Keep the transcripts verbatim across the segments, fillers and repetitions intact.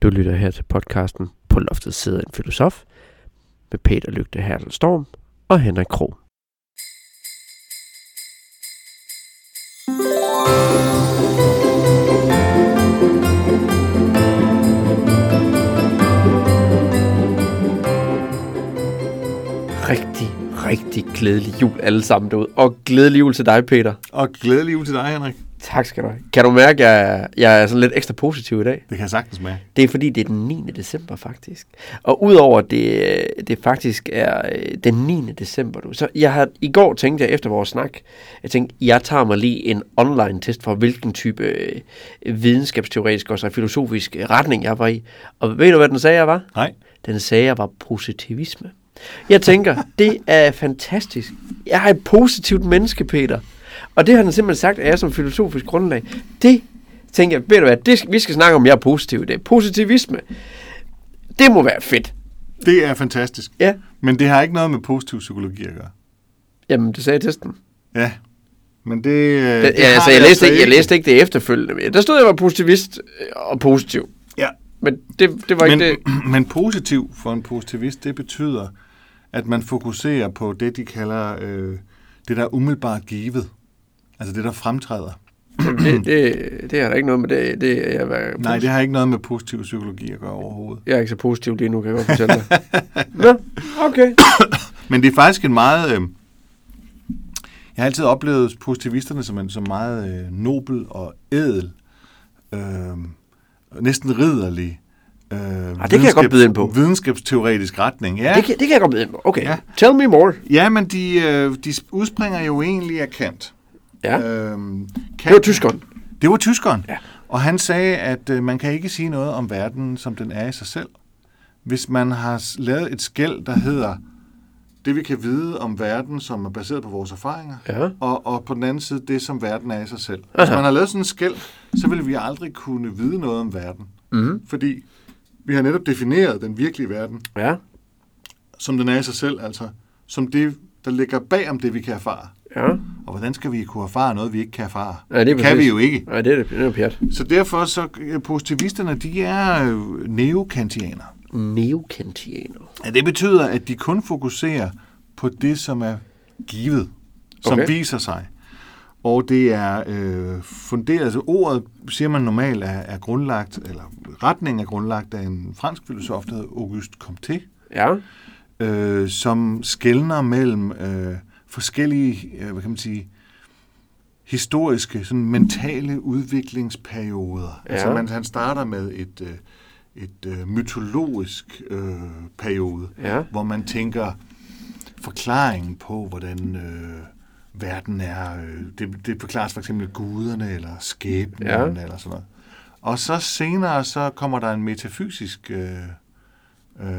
Du lytter her til podcasten På loftet sidder en filosof med Peter Lygte Hertel Storm og Henrik Krog. Rigtig, rigtig glædelig jul alle sammen derude. Og glædelig jul til dig, Peter. Og glædelig jul til dig, Henrik. Tak skal du have. Kan du mærke, at jeg, jeg er sådan lidt ekstra positiv i dag? Det kan jeg sagtens mærke. Det er fordi, det er den niende december faktisk. Og udover det, det faktisk er den niende december, du. Så jeg har i går tænkt jeg efter vores snak, jeg tænkte, jeg tager mig lige en online test for, hvilken type øh, videnskabsteoretisk og så filosofisk retning jeg var i. Og ved du, hvad den sagde, jeg var? Nej. Den sagde, jeg var positivisme. Jeg tænker, det er fantastisk. Jeg er et positivt menneske, Peter. Og det har han simpelthen sagt, at jeg som filosofisk grundlag. Det tænker jeg, ved du hvad, det, vi skal snakke om, jeg er positiv i dag. Positivisme, det må være fedt. Det er fantastisk. Ja. Men det har ikke noget med positiv psykologi at gøre. Jamen, det sagde testen. Ja. Men det... det, det ja, altså, jeg, læste ikke, jeg læste ikke det efterfølgende. Men der stod, at jeg var positivist og positiv. Ja. Men det, det var men, ikke det. Men positiv for en positivist, det betyder, at man fokuserer på det, de kalder øh, det, der er umiddelbart givet. Altså det, der fremtræder. det, det, det har der ikke noget med det. det jeg var Nej, det har ikke noget med positiv psykologi at gøre overhovedet. Jeg er ikke så positiv lige nu, kan jeg godt fortælle dig. Nå, okay. Men det er faktisk en meget... Øh, jeg har altid oplevet positivisterne som en som meget øh, nobel og ædel, øh, næsten ridderlig, øh, ah, det kan jeg godt byde ind på. Videnskabsteoretisk retning. Ja. Det, kan, det kan jeg godt byde ind på. Okay, ja. Tell me more. Ja, men de, øh, de udspringer jo egentlig af Kant. Ja. Øhm, Kant, det var tyskeren. Det var tyskeren. Ja. Og han sagde, at øh, man kan ikke sige noget om verden, som den er i sig selv. Hvis man har lavet et skel, der hedder det, vi kan vide om verden, som er baseret på vores erfaringer, ja. og, og på den anden side, det, som verden er i sig selv. Aha. Hvis man har lavet sådan et skel, så vil vi aldrig kunne vide noget om verden. Mm-hmm. Fordi vi har netop defineret den virkelige verden, ja. som den er i sig selv, altså som det, der ligger bag om det, vi kan erfare. Ja. Og hvordan skal vi kunne erfare noget, vi ikke kan erfare? Ja, det, det kan vi jo ikke. Nej, det er det, det er pjat. Så derfor så positivisterne, de er neokantianer. Neokantianer. Ja, det betyder, at de kun fokuserer på det, som er givet, som okay. viser sig. Og det er øh, funderet, altså ordet, siger man normalt, er, er grundlagt, eller retningen er grundlagt af en fransk filosof, der hedder Auguste Comte, ja. øh, som skelner mellem øh, forskellige, øh, hvad kan man sige, historiske, sådan mentale udviklingsperioder. Ja. Altså man, han starter med et, øh, et øh, mytologisk øh, periode, ja. Hvor man tænker forklaringen på, hvordan øh, verden er. Øh, det, det forklares for eksempel guderne eller skæbnen ja. Eller sådan noget. Og så senere så kommer der en metafysisk øh, øh,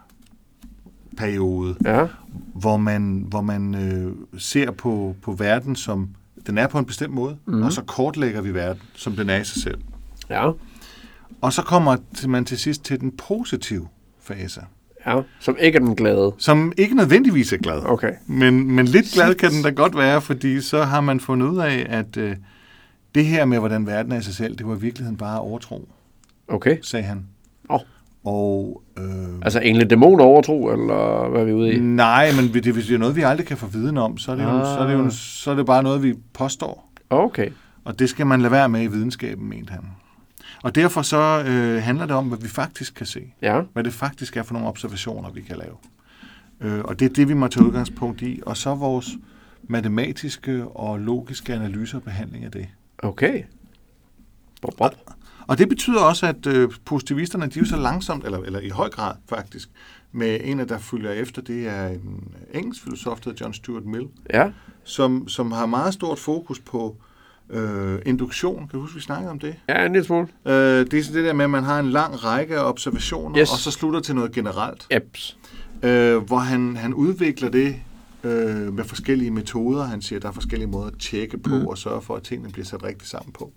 periode, ja. hvor man, hvor man øh, ser på, på verden som den er på en bestemt måde, mm. og så kortlægger vi verden, som den er i sig selv. Ja. Og så kommer man til sidst til den positive fase. Ja, som ikke er den glade. Som ikke nødvendigvis er glad. Okay. Men, men lidt glad kan den da godt være, fordi så har man fundet ud af, at øh, det her med, hvordan verden er i sig selv, det var i virkeligheden bare overtro. Okay. Sagde han. Oh. Og, øh, altså egentlig dæmon overtro, eller hvad er vi ude i? Nej, men det, hvis det er noget, vi aldrig kan få viden om, så er det, ah. jo, så er det jo så er det bare noget, vi påstår. Okay. Og det skal man lade være med i videnskaben, mente han. Og derfor så øh, handler det om, hvad vi faktisk kan se. Ja. Hvad det faktisk er for nogle observationer, vi kan lave. Øh, og det er det, vi må tage udgangspunkt i. Og så vores matematiske og logiske analyser og behandling af det. Okay. Bop, bop. Og, og det betyder også, at øh, positivisterne, de er jo så langsomt, eller, eller i høj grad faktisk, med en af der følger efter, det er en engelsk filosof, der hedder John Stuart Mill, ja. som, som har meget stort fokus på øh, induktion. Kan du huske, vi snakkede om det? Ja, en lille smule. Øh, det er så det der med, at man har en lang række af observationer, yes. og så slutter til noget generelt. Eps. Øh, hvor han, han udvikler det øh, med forskellige metoder. Han siger, at der er forskellige måder at tjekke på, mm. og sørge for, at tingene bliver sat rigtigt sammen på.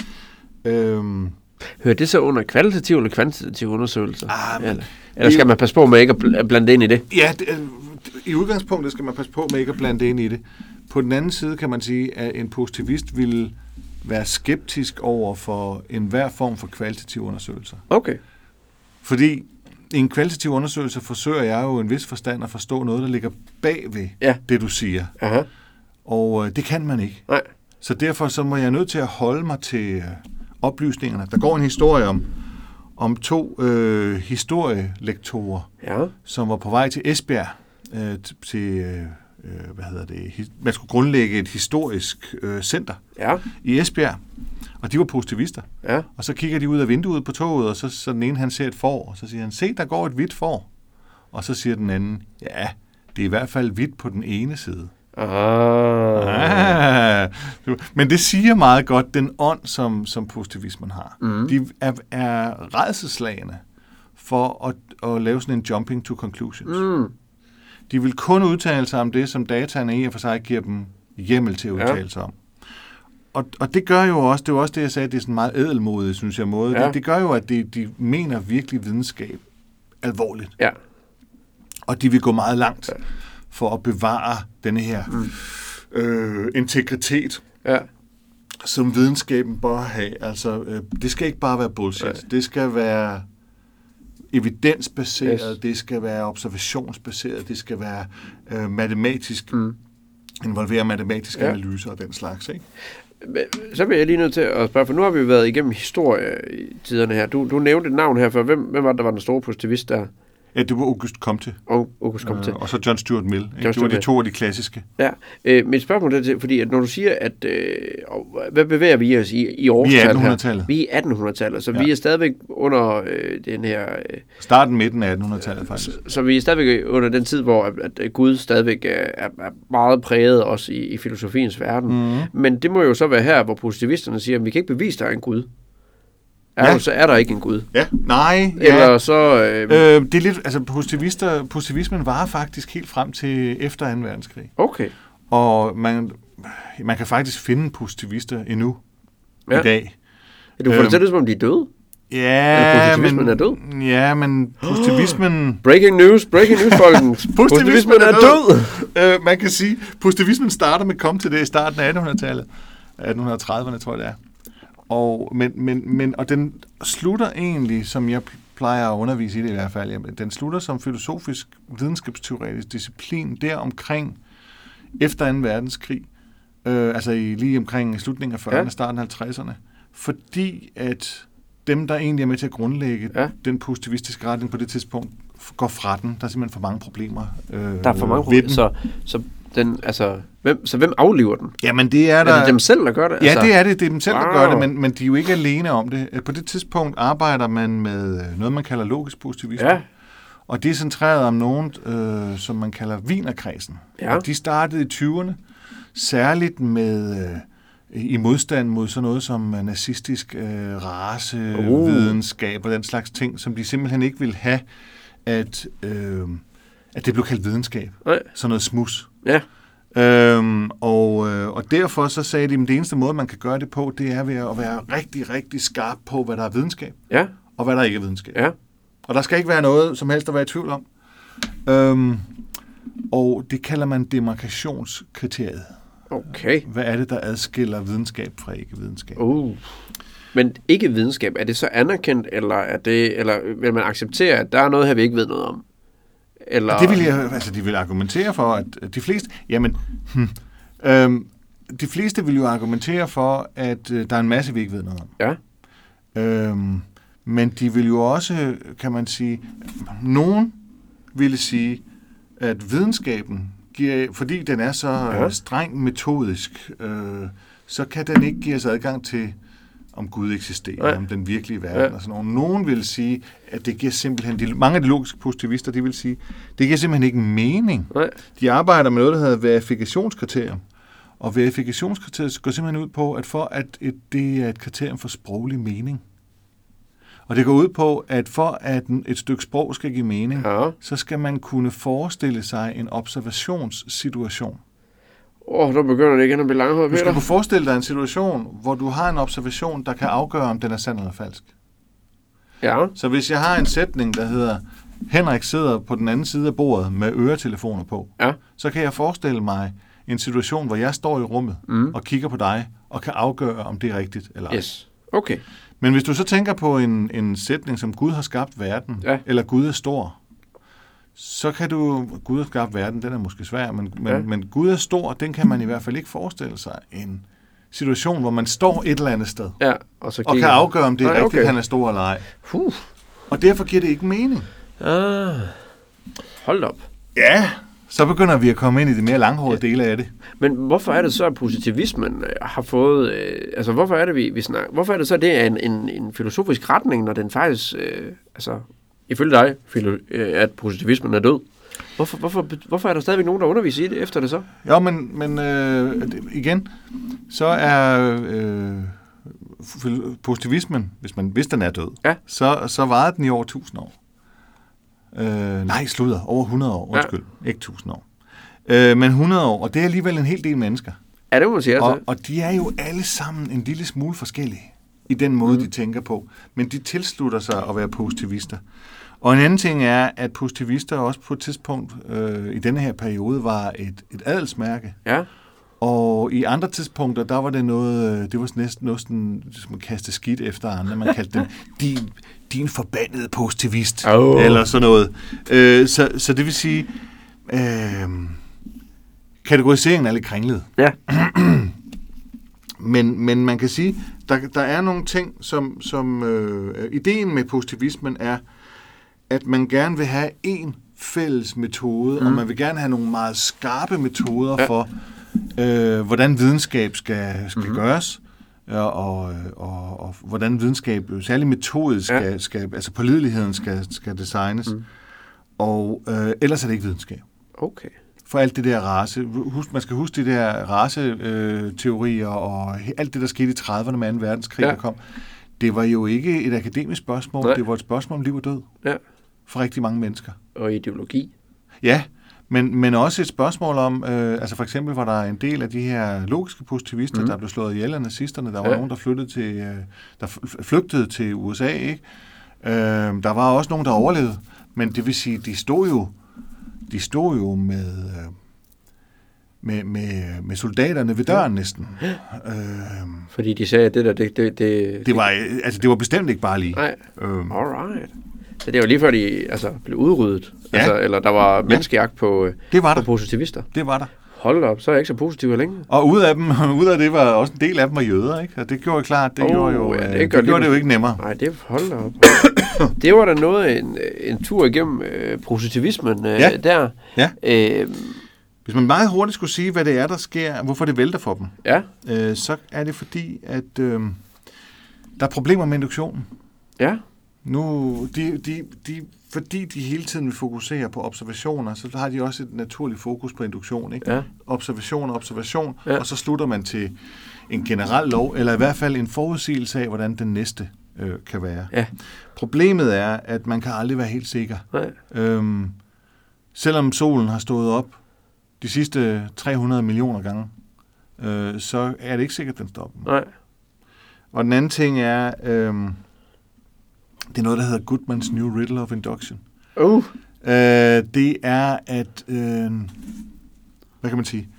Øhm, Hører det så under kvalitativ eller kvantitativ undersøgelser? Ah, eller, eller skal man passe på med ikke at blande det ind i det? Ja, det, i udgangspunktet skal man passe på med ikke at blande det ind i det. På den anden side kan man sige, at en positivist vil være skeptisk over for enhver form for kvalitative undersøgelser. Okay. Fordi i en kvalitativ undersøgelse forsøger jeg jo en vis forstand at forstå noget, der ligger bag ved ja. det, du siger. Aha. Og øh, det kan man ikke. Nej. Så derfor så må jeg nødt til at holde mig til øh, oplysningerne. Der går en historie om, om to øh, historielektorer, ja. som var på vej til Esbjerg øh, til, øh, hvad hedder det, man skulle grundlægge et historisk øh, center ja. i Esbjerg. Og de var positivister. Ja. Og så kigger de ud af vinduet på toget, og så, så den ene han ser et får, og så siger han, se, der går et hvidt får. Og så siger den anden, ja, det er i hvert fald hvidt på den ene side. Ah. Ah. Men det siger meget godt den ånd, som, som positivismen har. Mm. De er, er rædselslagende for at, at lave sådan en jumping to conclusions. Mm. De vil kun udtale sig om det, som dataene i og for sig giver dem hjemmel til at udtale ja. sig om. Og, og det gør jo også, det var også det, jeg sagde, det er sådan meget ædelmodigt, synes jeg, måde. Ja. Det, det gør jo, at de, de mener virkelig videnskab alvorligt. Ja. Og de vil gå meget langt ja. for at bevare denne her mm. øh, integritet, ja. som videnskaben bør have. Altså, øh, det skal ikke bare være bullshit. Ja. Det skal være evidensbaseret, yes. det skal være observationsbaseret, det skal være øh, matematisk, mm. involvere matematiske ja. analyser og den slags, ikke? Så vil jeg lige nødt til at spørge, for nu har vi været igennem historietiderne her. Du, du nævnte et navn her før. Hvem, hvem var det, der var den store positivist der? Ja, det var Auguste Comte. Og Auguste Comte. Øh, og så John Stuart Mill. John det var de to af de klassiske. Ja. Øh, mit spørgsmål er til, fordi at når du siger, at øh, hvad bevæger vi os i, i årstal her? Vi er attenhundredetallet. Vi er attenhundredetallet, så ja. vi er stadigvæk under øh, den her... Øh, Starten, midten af attenhundredetallet, faktisk. Så, så vi er stadigvæk under den tid, hvor at, at Gud stadigvæk er, er, er meget præget også i, i filosofiens verden. Mm-hmm. Men det må jo så være her, hvor positivisterne siger, at vi kan ikke bevise, at der er en Gud. Er ja. Så er der ikke en Gud. Ja, nej. Eller ja. så... Øh... Øh, det er lidt, altså positivister, positivismen varer faktisk helt frem til efter anden verdenskrig. Okay. Og man, man kan faktisk finde positivister endnu ja. i dag. Ja, du får det til det, som om de er døde? Ja, Eller positivismen men, er død? Ja, men positivismen... breaking news, breaking news, folkens. positivismen er død! død. uh, man kan sige, positivismen starter med at komme til det i starten af attenhundredetallet. atten trediverne, tror jeg det er. Og, men, men, men, og den slutter egentlig, som jeg plejer at undervise i det i hvert fald, jamen, den slutter som filosofisk videnskabsteoretisk disciplin der omkring efter anden verdenskrig, øh, altså i, lige omkring slutningen af fyrrerne, ja. starten af halvtredserne, fordi at dem, der egentlig er med til at grundlægge ja. den positivistiske retning på det tidspunkt, går fra den. Der er simpelthen for mange problemer. Øh, der er for mange problemer, så... så Den, altså, hvem, så hvem afliver den? Jamen det er der... Er det dem selv, der gør det? Ja, altså? det er det. Det er dem selv, wow. der gør det, men, men de er jo ikke alene om det. På det tidspunkt arbejder man med noget, man kalder logisk positivisme. Ja. Og det er centreret om nogen, øh, som man kalder Wienerkredsen. Ja. Og de startede i tyverne, særligt med... Øh, i modstand mod sådan noget som nazistisk øh, racevidenskab uh. og den slags ting, som de simpelthen ikke ville have, at, øh, at det blev kaldt videnskab. Nej. Sådan noget smus. Ja. Øhm, og, øh, og derfor så sagde de, at det eneste måde, man kan gøre det på, det er ved at være rigtig, rigtig skarp på, hvad der er videnskab, ja. og hvad der ikke er videnskab. Ja. Og der skal ikke være noget, som helst at være i tvivl om. Øhm, og det kalder man demarkationskriteriet. Okay. Hvad er det, der adskiller videnskab fra ikke-videnskab? Uh. Men ikke-videnskab, er det så anerkendt, eller, er det, eller vil man acceptere, at der er noget her, vi ikke ved noget om? Eller... Det vil jeg, altså de vil argumentere for, at de fleste, jamen, hm, øhm, de fleste vil jo argumentere for, at øh, der er en masse, vi ikke ved noget om. Ja. Øhm, men de vil jo også, kan man sige, nogen ville sige, at videnskaben giver, fordi den er så ja. strengt metodisk, øh, så kan den ikke give os adgang til, om Gud eksisterer, ja. om den virkelige verden ja. og sådan noget. Nogen vil sige, at det giver simpelthen, de, mange af de logiske positivister, de vil sige, det giver simpelthen ikke mening. Nej. De arbejder med noget, der hedder verifikationskriterium. Og verifikationskriteriet går simpelthen ud på, at for at et, det er et kriterium for sproglig mening. Og det går ud på, at for at et stykke sprog skal give mening, ja. så skal man kunne forestille sig en observationssituation. Åh, oh, der begynder det igen at blive langhåret, Peter. Du skal kunne forestille dig en situation, hvor du har en observation, der kan afgøre, om den er sand eller falsk. Ja. Så hvis jeg har en sætning, der hedder, Henrik sidder på den anden side af bordet med øretelefoner på, ja. så kan jeg forestille mig en situation, hvor jeg står i rummet mm. og kigger på dig, og kan afgøre, om det er rigtigt eller ej. Yes. Okay. Men hvis du så tænker på en, en sætning som Gud har skabt verden, ja. eller Gud er stor, så kan du, Gud har skabt verden, den er måske svær, men, men, ja. men Gud er stor, den kan man i hvert fald ikke forestille sig en situation, hvor man står et eller andet sted, ja, og, så og kan afgøre, om det er Nej, rigtigt, okay. han er stor eller ej. Uh. Og derfor giver det ikke mening. Ah. Hold op. Ja, så begynder vi at komme ind i de mere langhårede ja. dele af det. Men hvorfor er det så, at positivismen har fået... Øh, altså, hvorfor er det, vi, vi snakker... Hvorfor er det så, at det er en, en, en filosofisk retning, når den faktisk... Øh, altså, ifølge dig, filo, øh, at positivismen er død? Hvorfor, hvorfor, hvorfor er der stadigvæk nogen, der underviser i det efter det så? Jo, men, men øh, igen, så er øh, positivismen, hvis man hvis den er død, ja. så, så varede den i over tusind år. Øh, nej, sludder. Over hundrede år. Undskyld. Ja. Ikke tusind år. Øh, men hundrede år. Og det er alligevel en hel del mennesker. Ja, det må man sige. Og, og de er jo alle sammen en lille smule forskellige i den måde, mm. de tænker på. Men de tilslutter sig at være positivister. Og en anden ting er, at positivister også på et tidspunkt øh, i denne her periode var et, et adelsmærke. Ja. Og i andre tidspunkter, der var det noget, det var næsten noget sådan, som at kaste skidt efter andre. Man kaldte dem, din, din forbandede positivist, oh. eller sådan noget. Øh, så, så det vil sige, øh, kategoriseringen er lidt kringlet. Ja. men, men man kan sige, der, der er nogle ting, som, som øh, ideen med positivismen er, at man gerne vil have en fælles metode, mm. og man vil gerne have nogle meget skarpe metoder ja. for, Øh, hvordan videnskab skal, skal mm-hmm. gøres, og, og, og, og hvordan videnskab, særligt metodisk, skal, ja. skal, altså pålideligheden skal, skal designes. Mm. Og øh, ellers er det ikke videnskab. Okay. For alt det der race, husk, man skal huske de der raceteorier, øh, og alt det, der skete i trediverne med anden verdenskrig, ja. der kom, det var jo ikke et akademisk spørgsmål, Nej. det var et spørgsmål om liv og død. Ja. For rigtig mange mennesker. Og ideologi. Ja. Men, men også et spørgsmål om, øh, altså for eksempel var der en del af de her logiske positivister, mm. der blev slået ihjel af nazisterne. Der var ja. nogen, der flyttede til, øh, der flygtede til U S A, ikke? Øh, der var også nogen, der overlevede. Men det vil sige, de stod jo, de stod jo med, øh, med, med, med soldaterne ved døren næsten. Ja. Øh, Fordi de sagde, at det der, det... Det, det, det, var, altså, det var bestemt ikke bare lige. Nej, øh, alright. Så det var lige før, de altså, blev udryddet. Ja. Altså, eller der var menneskejagt på, det var på der. positivister. Det var der. Hold op, så er jeg ikke så positiv længe. Og ud af dem, ud af det var også en del af dem var jøder, ikke? Og det gjorde klart, det oh, gjorde jo, ja, det, det, gjorde det jo ikke nemmere. Nej, det hold op. Det var da noget, en, en tur igennem øh, positivismen øh, ja. der. Ja. Øh, Hvis man meget hurtigt skulle sige, hvad det er, der sker, hvorfor det vælter for dem, ja. øh, så er det fordi, at øh, der er problemer med induktionen. Ja. Nu, de, de, de, fordi de hele tiden vil fokusere på observationer, så har de også et naturligt fokus på induktion. Ikke? Ja. Observation og observation, ja. og så slutter man til en generel lov, eller i hvert fald en forudsigelse af, hvordan den næste øh, kan være. Ja. Problemet er, at man kan aldrig være helt sikker. Nej. Øhm, selvom solen har stået op de sidste tre hundrede millioner gange, øh, så er det ikke sikkert, at den stopper. Nej. Og den anden ting er... Øh, det er noget, der hedder Goodman's New Riddle of Induction. Uh. Øh, det er, at... Øh, hvad kan man sige?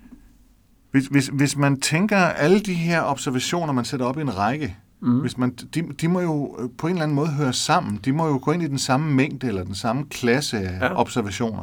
Hvis, hvis, hvis man tænker, alle de her observationer, man sætter op i en række, mm. hvis man, de, de må jo på en eller anden måde høre sammen. De må jo gå ind i den samme mængde, eller den samme klasse af ja. observationer.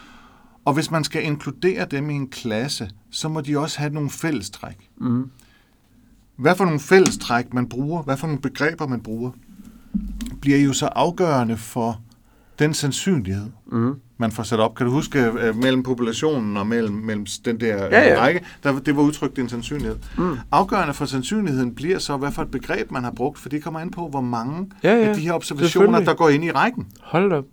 Og hvis man skal inkludere dem i en klasse, så må de også have nogle fællestræk. Mm. Hvad for nogle fællestræk man bruger, hvad for nogle begreber man bruger, bliver jo så afgørende for den sandsynlighed, mm. man får sat op. Kan du huske, uh, mellem populationen og mellem, mellem den der ja, ja. række, der, det var udtrykt en sandsynlighed. Mm. Afgørende for sandsynligheden bliver så, hvad for et begreb man har brugt, for det kommer an på, hvor mange ja, ja. af de her observationer, der går ind i rækken. Hold da.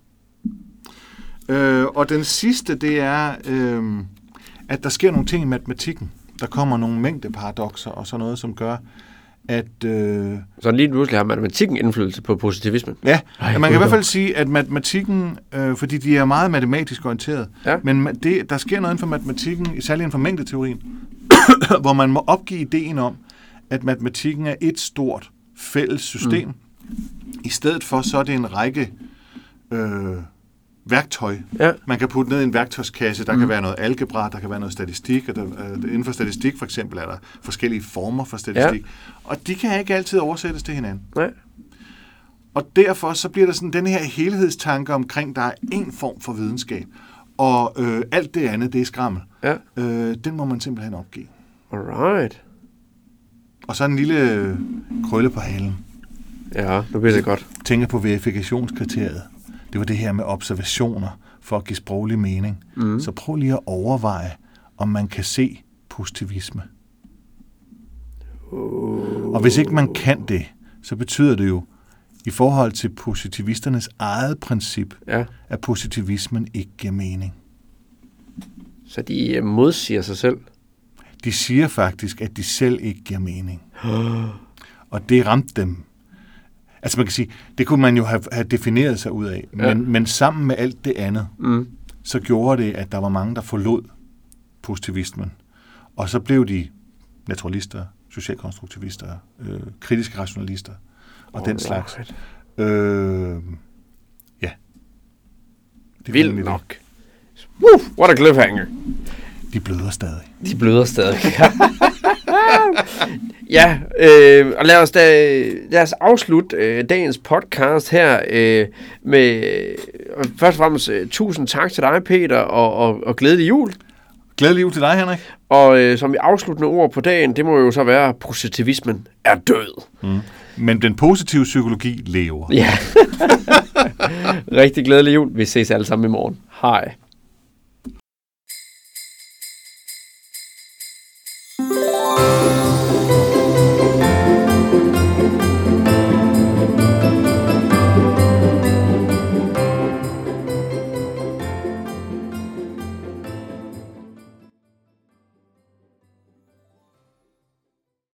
Øh, og den sidste, det er, øh, at der sker nogle ting i matematikken. Der kommer nogle mængdeparadoxer og sådan noget, som gør, at... Øh, så lige pludselig har matematikken indflydelse på positivismen? Ja, Ej, man kan i hvert fald sige, at matematikken, øh, fordi de er meget matematisk orienteret, ja. men det, der sker noget inden for matematikken, særligt inden for mængdeteorien, hvor man må opgive ideen om, at matematikken er et stort fælles system. Mm. I stedet for, så er det en række øh, værktøj. Ja. Man kan putte ned i en værktøjskasse. Der mm. kan være noget algebra, der kan være noget statistik. Og der, uh, inden for statistik for eksempel er der forskellige former for statistik. Ja. Og de kan ikke altid oversættes til hinanden. Nej. Og derfor så bliver der sådan den her helhedstanke omkring, der er en form for videnskab. Og øh, alt det andet, det er skrammel. Ja. Øh, den må man simpelthen opgive. Alright. Og så en lille krølle på halen. Ja, nu bliver det godt. Tænker på verifikationskriteriet. Det var det her med observationer for at give sproglig mening. Mm. Så prøv lige at overveje, om man kan se positivisme. Oh. Og hvis ikke man kan det, så betyder det jo, i forhold til positivisternes eget princip, ja. At positivismen ikke giver mening. Så de modsiger sig selv? De siger faktisk, at de selv ikke giver mening. Og det ramte dem. Altså man kan sige, det kunne man jo have, have defineret sig ud af, men, ja. men sammen med alt det andet, mm. så gjorde det, at der var mange, der forlod positivismen. Og så blev de naturalister, socialkonstruktivister, øh, kritiske rationalister, og oh, den slags. Øh, ja. Det vildt nok. Woo, what a cliffhanger. De bløder stadig. De bløder stadig. Ja, øh, og lad os, da, lad os afslutte øh, dagens podcast her øh, med øh, først og fremmest øh, tusind tak til dig, Peter, og, og, og glædelig jul. Glædelig jul til dig, Henrik. Og øh, som vi afsluttende ord på dagen, det må jo så være, at positivismen er død. Mm. Men den positive psykologi lever. Ja. Rigtig glædelig jul. Vi ses alle sammen i morgen. Hej.